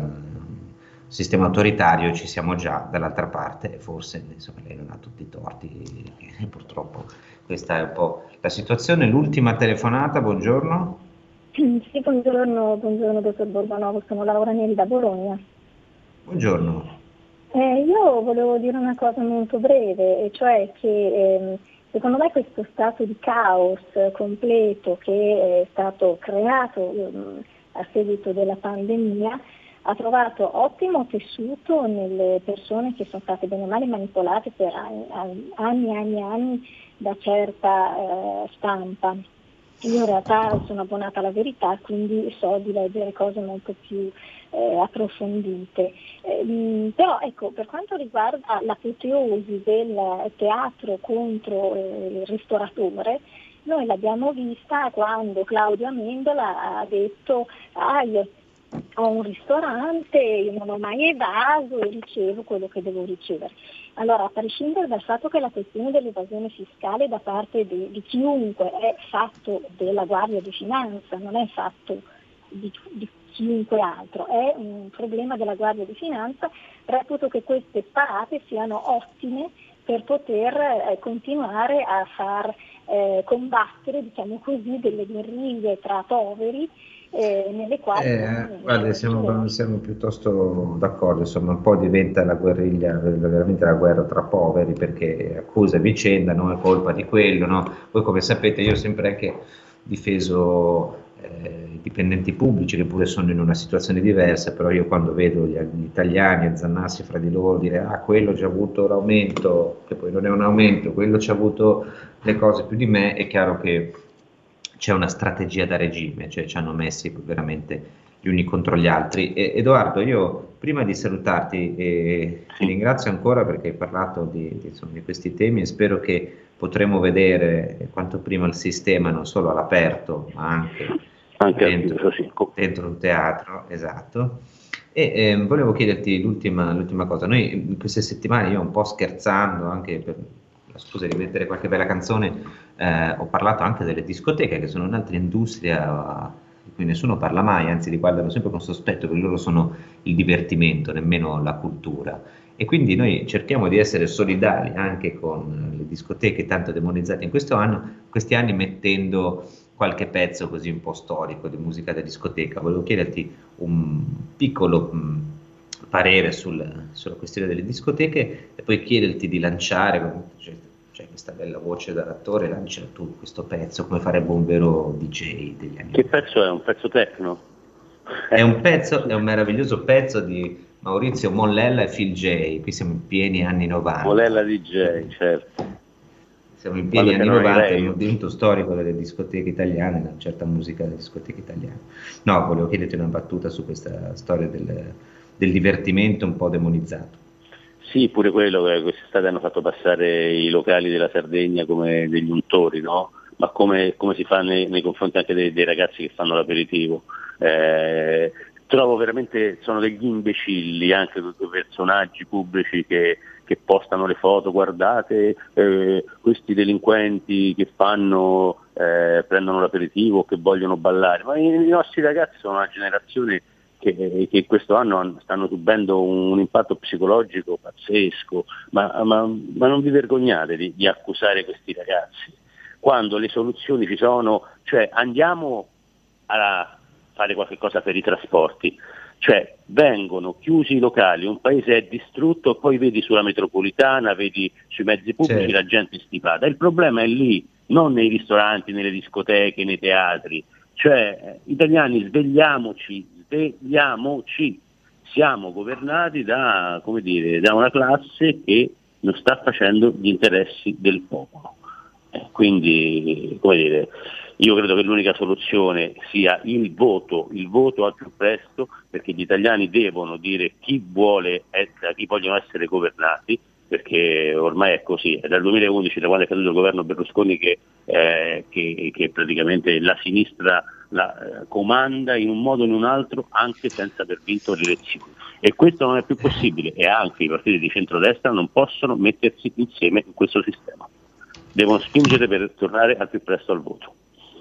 il sistema autoritario ci siamo già dall'altra parte, e forse insomma lei non ha tutti i torti, purtroppo questa è un po' la situazione. L'ultima telefonata, buongiorno. Sì, buongiorno, buongiorno dottor Borgonovo, sono Laura Neri da Bologna. Buongiorno. Eh, io volevo dire una cosa molto breve, e cioè che eh, secondo me questo stato di caos completo che è stato creato eh, a seguito della pandemia ha trovato ottimo tessuto nelle persone che sono state bene o male manipolate per anni e anni, anni, anni da certa eh, stampa. Io in realtà sono abbonata alla Verità, quindi so di leggere cose molto più eh, approfondite. Eh, però ecco, per quanto riguarda l'apoteosi del teatro contro eh, il ristoratore, noi l'abbiamo vista quando Claudio Amendola ha detto ah, io ho un ristorante, io non ho mai evaso e ricevo quello che devo ricevere. Allora, a prescindere dal fatto che la questione dell'evasione fiscale da parte di, di chiunque è fatto della Guardia di Finanza, non è fatto di, di chiunque altro, è un problema della Guardia di Finanza, reputo che queste parate siano ottime per poter eh, continuare a far eh, combattere, diciamo così, delle guerriglie tra poveri, Eh, nelle quali eh, guarda, siamo, siamo piuttosto d'accordo, insomma un po' diventa la guerriglia, veramente la guerra tra poveri, perché accusa e vicenda, no? È colpa di quello, no? Voi come sapete io ho sempre anche difeso eh, i dipendenti pubblici che pure sono in una situazione diversa, però io quando vedo gli, gli italiani azzannarsi fra di loro, dire ah quello ci ha avuto l'aumento, che poi non è un aumento, quello ci ha avuto le cose più di me, è chiaro che c'è una strategia da regime, cioè ci hanno messi veramente gli uni contro gli altri. E, Edoardo, io prima di salutarti eh, ti ringrazio ancora perché hai parlato di, di, insomma, di questi temi, e spero che potremo vedere quanto prima il sistema non solo all'aperto ma anche, anche dentro, dentro un teatro, esatto. E eh, volevo chiederti l'ultima, l'ultima cosa. Noi in queste settimane, io un po' scherzando, anche per scusa di mettere qualche bella canzone, eh, ho parlato anche delle discoteche, che sono un'altra industria di cui nessuno parla mai, anzi li guardano sempre con sospetto, perché loro sono il divertimento, nemmeno la cultura. E quindi noi cerchiamo di essere solidali anche con le discoteche tanto demonizzate in questo anno, questi anni, mettendo qualche pezzo così un po' storico di musica da discoteca. Volevo chiederti un piccolo mh, parere sul, sulla questione delle discoteche e poi chiederti di lanciare, cioè, c'è questa bella voce dall'attore, lancia tu questo pezzo come farebbe un vero D J degli anni. Che pezzo è? Un pezzo techno? È un pezzo, è un meraviglioso pezzo di Maurizio Mollella e Phil J. Qui siamo in pieni anni novanta. Mollella D J, certo. Siamo in pieni Quando anni novanta, è lei. un momento storico delle discoteche italiane, una certa musica delle discoteche italiane. No, volevo chiederti una battuta su questa storia del, del divertimento un po' demonizzato. Sì, pure quello che quest'estate hanno fatto passare i locali della Sardegna come degli untori, no? Ma come, come si fa nei, nei confronti anche dei, dei ragazzi che fanno l'aperitivo. Eh, trovo veramente, sono degli imbecilli anche questi personaggi pubblici che, che postano le foto, guardate eh, questi delinquenti che fanno, eh, prendono l'aperitivo, che vogliono ballare, ma i, i nostri ragazzi sono una generazione che, che questo anno stanno subendo un, un impatto psicologico pazzesco, ma, ma, ma non vi vergognate di, di accusare questi ragazzi, quando le soluzioni ci sono, cioè andiamo a fare qualche cosa per i trasporti, cioè vengono chiusi i locali, un paese è distrutto, poi vedi sulla metropolitana, vedi sui mezzi pubblici Certo. la gente stipata, il problema è lì, non nei ristoranti, nelle discoteche, nei teatri, cioè italiani svegliamoci, svegliamoci, siamo governati da, come dire, da una classe che non sta facendo gli interessi del popolo. Eh, quindi, come dire, io credo che l'unica soluzione sia il voto, il voto al più presto, perché gli italiani devono dire chi vuole essere, chi vogliono essere governati, perché ormai è così, è dal duemilaundici, da quando è caduto il governo Berlusconi, che, eh, che, che praticamente la sinistra la eh, comanda in un modo o in un altro, anche senza aver vinto le elezioni. E questo non è più possibile, e anche i partiti di centrodestra non possono mettersi insieme in questo sistema. Devono spingere per tornare al più presto al voto.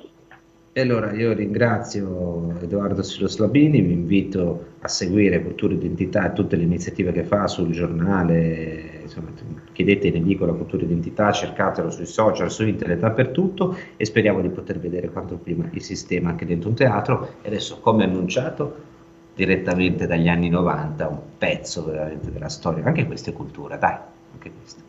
E allora io ringrazio Edoardo Siloslabini, vi invito a seguire Cultura Identità e tutte le iniziative che fa sul giornale, insomma, chiedete in edicola Cultura Identità, cercatelo sui social, su internet, dappertutto, e speriamo di poter vedere quanto prima il sistema anche dentro un teatro. E adesso, come annunciato, direttamente dagli anni novanta, un pezzo veramente della storia, anche questa è cultura, dai, anche questa.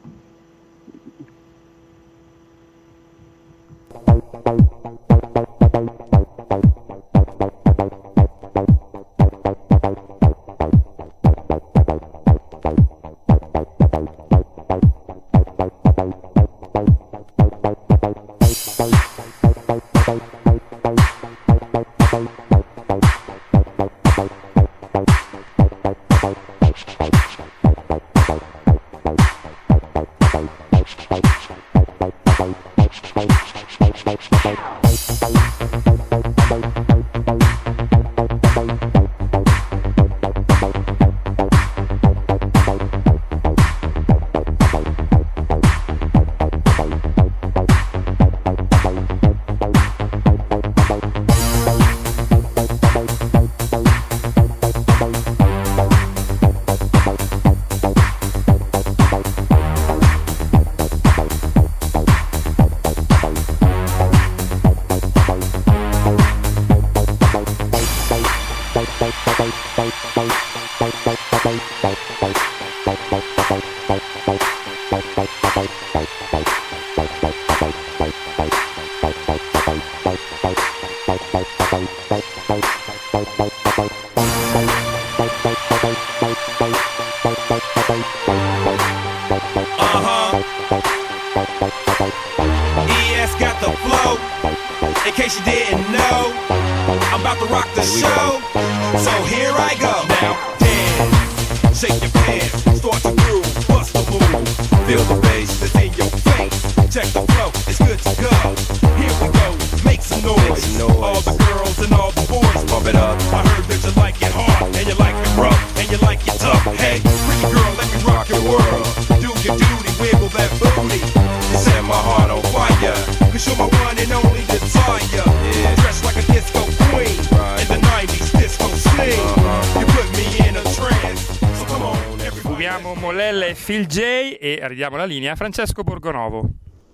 Mollella e Phil J, e ridiamo la linea a Francesco Borgonovo.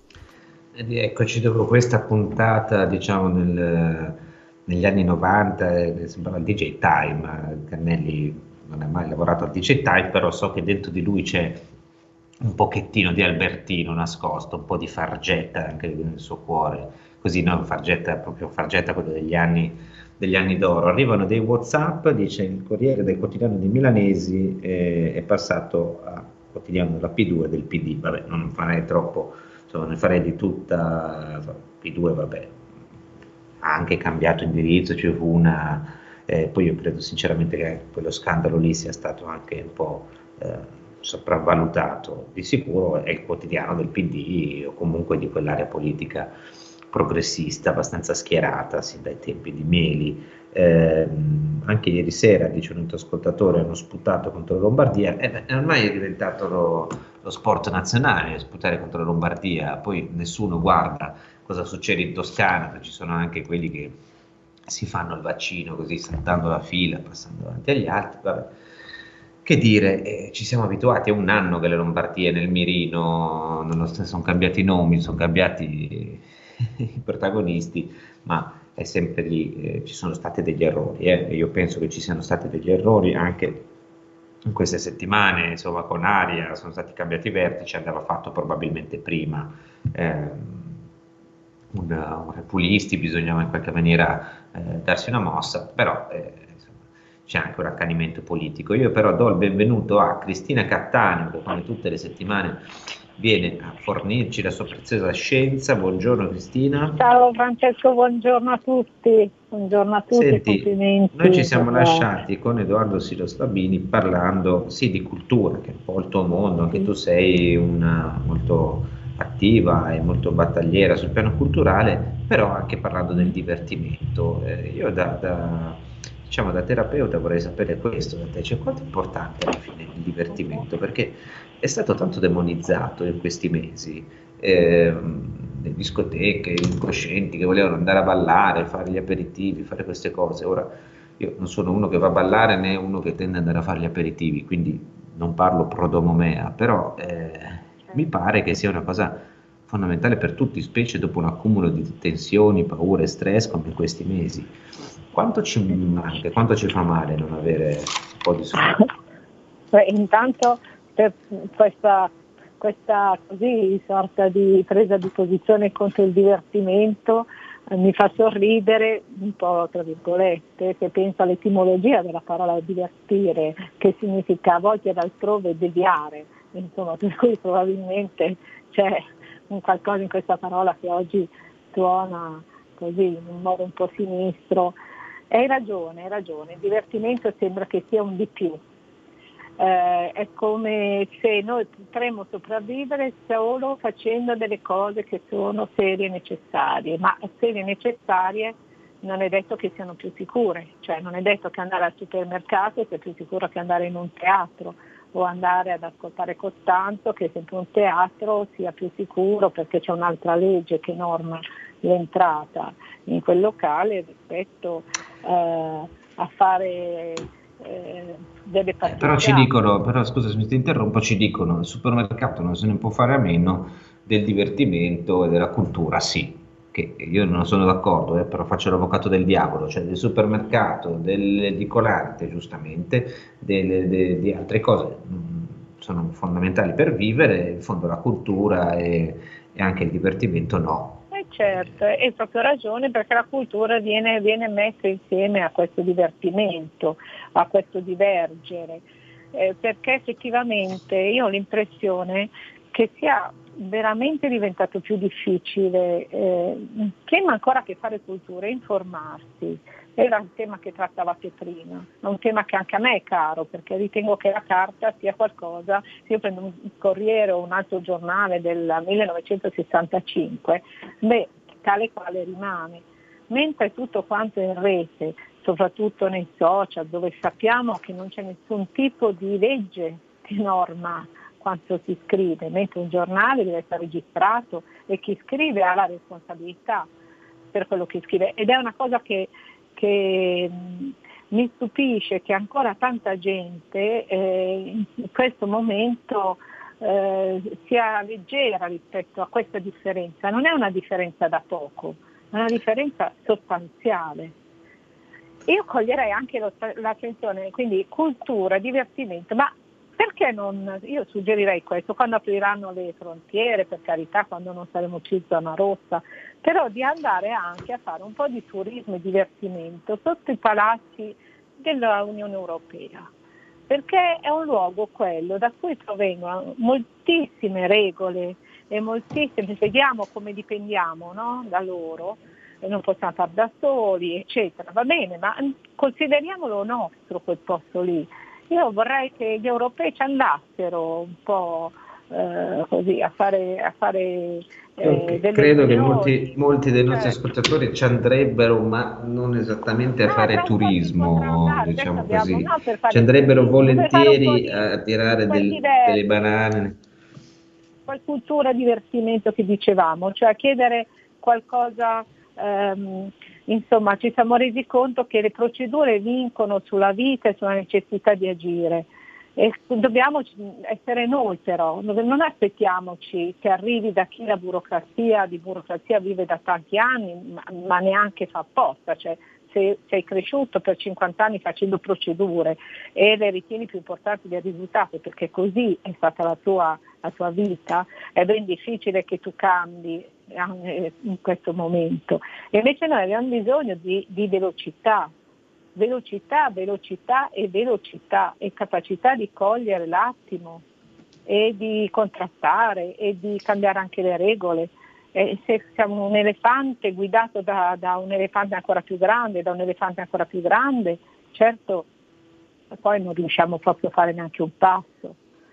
Ed eccoci dopo questa puntata, diciamo, nel, negli anni novanta, sembrava il D J Time, Cannelli non ha mai lavorato al D J Type, però so che dentro di lui c'è un pochettino di Albertino nascosto, un po' di Fargetta anche nel suo cuore, così non Fargetta, proprio Fargetta quello degli anni, degli anni d'oro. Arrivano dei WhatsApp, dice il Corriere del Quotidiano dei Milanesi eh, è passato a quotidiano della P due del P D, vabbè non farei troppo, insomma ne farei di tutta, P due vabbè, ha anche cambiato indirizzo, ci fu una, eh, poi io credo sinceramente che quello scandalo lì sia stato anche un po' eh, sopravvalutato, di sicuro è il quotidiano del P D o comunque di quell'area politica progressista abbastanza schierata sin dai tempi di Meli. Eh, anche ieri sera, dice un ascoltatore, hanno sputato contro la Lombardia, e eh, ormai è diventato lo, lo sport nazionale sputare contro la Lombardia, poi nessuno guarda cosa succede in Toscana, perché ci sono anche quelli che si fanno il vaccino così saltando la fila, passando davanti agli altri. Vabbè. Che dire, eh, ci siamo abituati, è un anno che le Lombardie nel mirino non sono cambiati i nomi, sono cambiati i protagonisti, ma è sempre lì, eh, ci sono stati degli errori, eh. Io penso che ci siano stati degli errori anche in queste settimane, insomma con Aria sono stati cambiati i vertici, andava fatto probabilmente prima eh, un, un Repulisti, bisognava in qualche maniera eh, darsi una mossa, però eh, insomma, c'è anche un accanimento politico. Io però do il benvenuto a Cristina Cattaneo, che come tutte le settimane viene a fornirci la sua preziosa scienza. Buongiorno Cristina. Ciao Francesco, buongiorno a tutti. Buongiorno a tutti. Senti, complimenti. Noi ci siamo lasciati con Edoardo Silos Labini parlando sì di cultura, che è un po' il tuo mondo, anche tu sei una molto attiva e molto battagliera sul piano culturale, però anche parlando del divertimento. Eh, io da, da, diciamo, da terapeuta vorrei sapere questo da te, cioè quanto è importante alla fine il divertimento, perché è stato tanto demonizzato in questi mesi, eh, le discoteche, gli incoscienti che volevano andare a ballare, fare gli aperitivi, fare queste cose. Ora io non sono uno che va a ballare né uno che tende ad andare a fare gli aperitivi, quindi non parlo pro domo mea, però eh, mi pare che sia una cosa fondamentale per tutti, specie dopo un accumulo di tensioni, paure e stress come in questi mesi. Quanto ci manca, quanto ci fa male non avere un po' di soldi? Intanto per questa, questa così sorta di presa di posizione contro il divertimento eh, mi fa sorridere un po', tra virgolette, se penso all'etimologia della parola divertire, che significa a volte ed altrove deviare, insomma, per cui probabilmente c'è un qualcosa in questa parola che oggi suona così in un modo un po' sinistro. Hai ragione, hai ragione, il divertimento sembra che sia un di più. Eh, è come se noi potremmo sopravvivere solo facendo delle cose che sono serie e necessarie, ma serie e necessarie non è detto che siano più sicure, cioè non è detto che andare al supermercato sia più sicuro che andare in un teatro, o andare ad ascoltare Costanzo, che è sempre un teatro, sia più sicuro perché c'è un'altra legge che norma l'entrata in quel locale rispetto eh, a fare eh, delle passeggiate. Eh, però ci dicono, però scusa se mi ti interrompo, ci dicono il supermercato non se ne può fare a meno del divertimento e della cultura, sì, che io non sono d'accordo, eh, però faccio l'avvocato del diavolo, cioè del supermercato, dell'edicolante giustamente, delle, de, di altre cose mh, sono fondamentali per vivere, in fondo la cultura e, e anche il divertimento no. Eh certo, hai proprio ragione, perché la cultura viene, viene messa insieme a questo divertimento, a questo divergere, eh, perché effettivamente io ho l'impressione che sia veramente diventato più difficile, eh, prima ancora che fare cultura, informarsi. Era un tema che trattavate prima, è un tema che anche a me è caro, perché ritengo che la carta sia qualcosa, se io prendo un Corriere o un altro giornale del millenovecentosessantacinque, beh, tale quale rimane, mentre tutto quanto in rete, soprattutto nei social, dove sappiamo che non c'è nessun tipo di legge che norma quanto si scrive, mentre un giornale deve essere registrato e chi scrive ha la responsabilità per quello che scrive, ed è una cosa che che mh, mi stupisce che ancora tanta gente eh, in questo momento eh, sia leggera rispetto a questa differenza. Non è una differenza da poco, è una differenza sostanziale. io coglierei anche lo, l'attenzione, quindi cultura, divertimento, ma perché non, io suggerirei questo, quando apriranno le frontiere, per carità, quando non saremo più zona rossa, però di andare anche a fare un po' di turismo e divertimento sotto i palazzi della Unione Europea, perché è un luogo quello da cui provengono moltissime regole e moltissime, vediamo come dipendiamo, no? Da loro, e non possiamo far da soli, eccetera, va bene, ma consideriamolo nostro quel posto lì. Io vorrei che gli europei ci andassero un po' eh, così a fare, a fare eh, delle credo riunioni. Che molti, molti dei nostri Certo. ascoltatori ci andrebbero, ma non esattamente a No, fare tra un po' si turismo, andare, diciamo adesso abbiamo- così. no, per fare Ci andrebbero turismo, per fare un po' volentieri di- a tirare quel del- diverso. delle banane. Qual cultura divertimento che dicevamo, cioè chiedere qualcosa, ehm, insomma ci siamo resi conto che le procedure vincono sulla vita e sulla necessità di agire e dobbiamo essere noi però, non aspettiamoci che arrivi da chi la burocrazia, di burocrazia vive da tanti anni, ma, ma neanche fa apposta, cioè se sei cresciuto per cinquanta anni facendo procedure e le ritieni più importanti del risultato perché così è stata la tua, la tua vita, è ben difficile che tu cambi in questo momento. E invece noi abbiamo bisogno di, di velocità, velocità, velocità e velocità e capacità di cogliere l'attimo e di contrastare e di cambiare anche le regole. E se siamo un elefante guidato da, da un elefante ancora più grande, da un elefante ancora più grande, certo poi non riusciamo proprio a fare neanche un passo.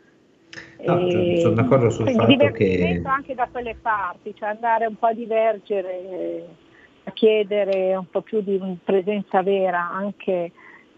No, E sono d'accordo sul quindi fatto che divertimento anche da quelle parti, cioè andare un po' a divergere, a chiedere un po' più di presenza vera anche,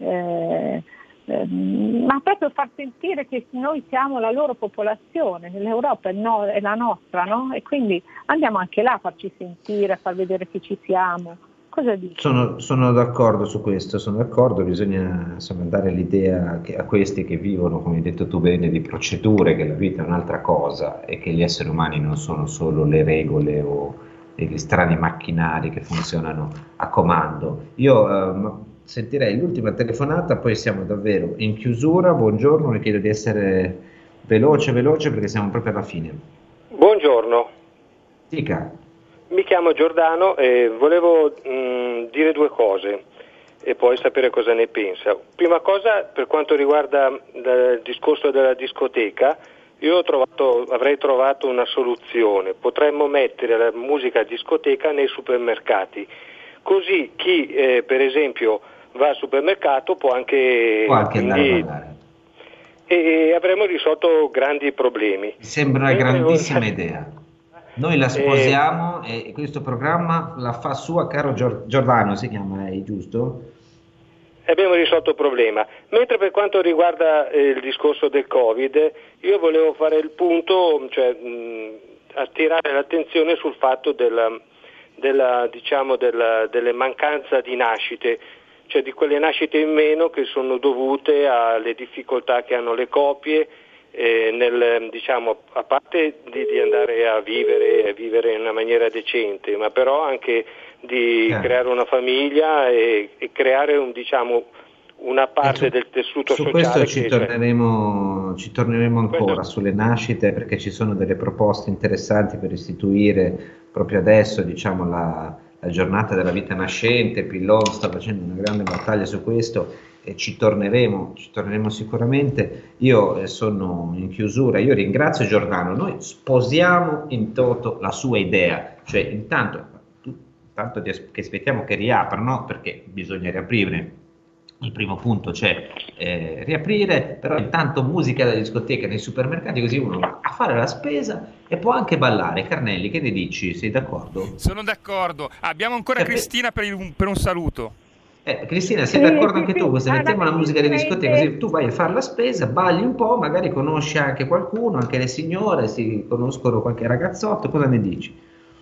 eh, eh, ma proprio far sentire che noi siamo la loro popolazione, l'Europa è, no, è la nostra, no? E quindi andiamo anche là a farci sentire, a far vedere che ci siamo. Cosa dici? Sono, sono d'accordo su questo, sono d'accordo, bisogna insomma, dare l'idea che a questi che vivono, come hai detto tu bene, di procedure, che la vita è un'altra cosa e che gli esseri umani non sono solo le regole o degli strani macchinari che funzionano a comando. Io eh, sentirei l'ultima telefonata, poi siamo davvero in chiusura. Buongiorno, le chiedo di essere veloce, veloce perché siamo proprio alla fine. Buongiorno. Dica. Mi chiamo Giordano e volevo mh, dire due cose e poi sapere cosa ne pensa. Prima cosa, per quanto riguarda il discorso della discoteca, io ho trovato, avrei trovato una soluzione. Potremmo mettere la musica a discoteca nei supermercati, così chi eh, per esempio va al supermercato può anche, Può anche quindi, andare a ballare. E avremmo risolto grandi problemi. Mi sembra una Mentre grandissima voi- idea. Noi la sposiamo e questo programma la fa sua, caro Gior- Giordano, si chiama lei, giusto? Abbiamo risolto il problema. Mentre per quanto riguarda eh, il discorso del Covid, io volevo fare il punto, cioè mh, attirare l'attenzione sul fatto della, della, diciamo, della, delle mancanza di nascite, cioè di quelle nascite in meno che sono dovute alle difficoltà che hanno le coppie, eh, nel, diciamo, a parte di, di andare a vivere, a vivere in una maniera decente, ma però anche di Eh. creare una famiglia e, e creare un, diciamo, una parte su- del tessuto Su sociale questo ci che cioè, torneremo, ci torneremo ancora sulle nascite, perché ci sono delle proposte interessanti per istituire proprio adesso, diciamo, la, la giornata della vita nascente. Pillon sta facendo una grande battaglia su questo e ci torneremo, ci torneremo sicuramente. Io eh, sono in chiusura, io ringrazio Giordano, noi sposiamo in toto la sua idea, cioè intanto, intanto che aspettiamo che riaprano, perché bisogna riaprire. Il primo punto c'è eh, riaprire, però intanto musica da discoteca nei supermercati, così uno va a fare la spesa e può anche ballare. Carnelli, che ne dici? Sei d'accordo? Sono d'accordo. Abbiamo ancora Eh, Cristina per, il- per un saluto. Eh, Cristina, sei Sì, d'accordo sì, anche sì. tu? Se Ah, mettiamo la la musica di Cristina discoteca, in così tu vai a fare la spesa, balli un po', magari conosci anche qualcuno, anche le signore, si conoscono qualche ragazzotto, cosa ne dici?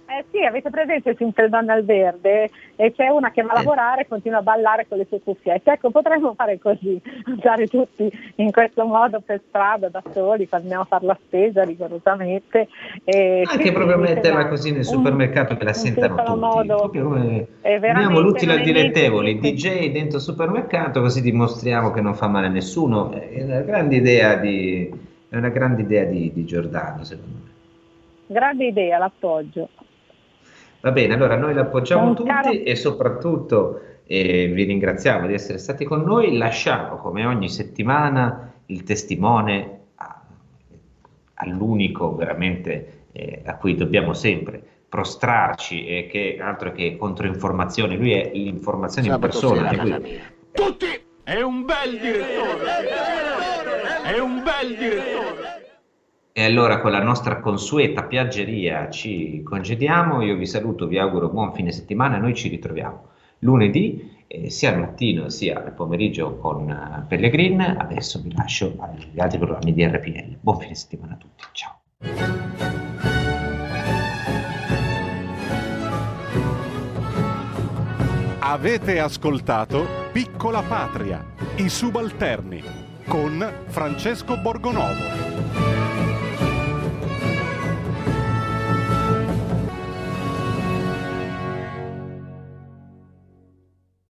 Eh sì, avete presente Sempre Donne al Verde? E c'è una che va a lavorare e continua a ballare con le sue cuffiette. Ecco, potremmo fare così, andare tutti in questo modo per strada da soli, quando andiamo a fare la spesa rigorosamente. E Anche sì, proprio sì, metterla esatto. così nel supermercato che la sentano tutti. Modo, proprio come è abbiamo l'utile al dilettevole, il sì. D J dentro il supermercato, così dimostriamo che non fa male a nessuno. È una grande idea di, è una grande idea di, di Giordano, secondo me. Grande idea, l'appoggio. Va bene, allora noi l'appoggiamo Un tutti caro... e soprattutto eh, vi ringraziamo di essere stati con noi. Lasciamo come ogni settimana il testimone a, all'unico veramente eh, a cui dobbiamo sempre prostrarci e che altro che controinformazione, lui è l'informazione in persona. Quindi... Tutti! È un bel direttore! È un bel direttore! E allora con la nostra consueta piaggeria ci congediamo, io vi saluto, vi auguro buon fine settimana, noi ci ritroviamo lunedì eh, sia al mattino sia al pomeriggio con uh, Pellegrin. Adesso vi lascio agli altri programmi di R P L. Buon fine settimana a tutti, ciao. Avete ascoltato Piccola Patria, i subalterni con Francesco Borgonovo.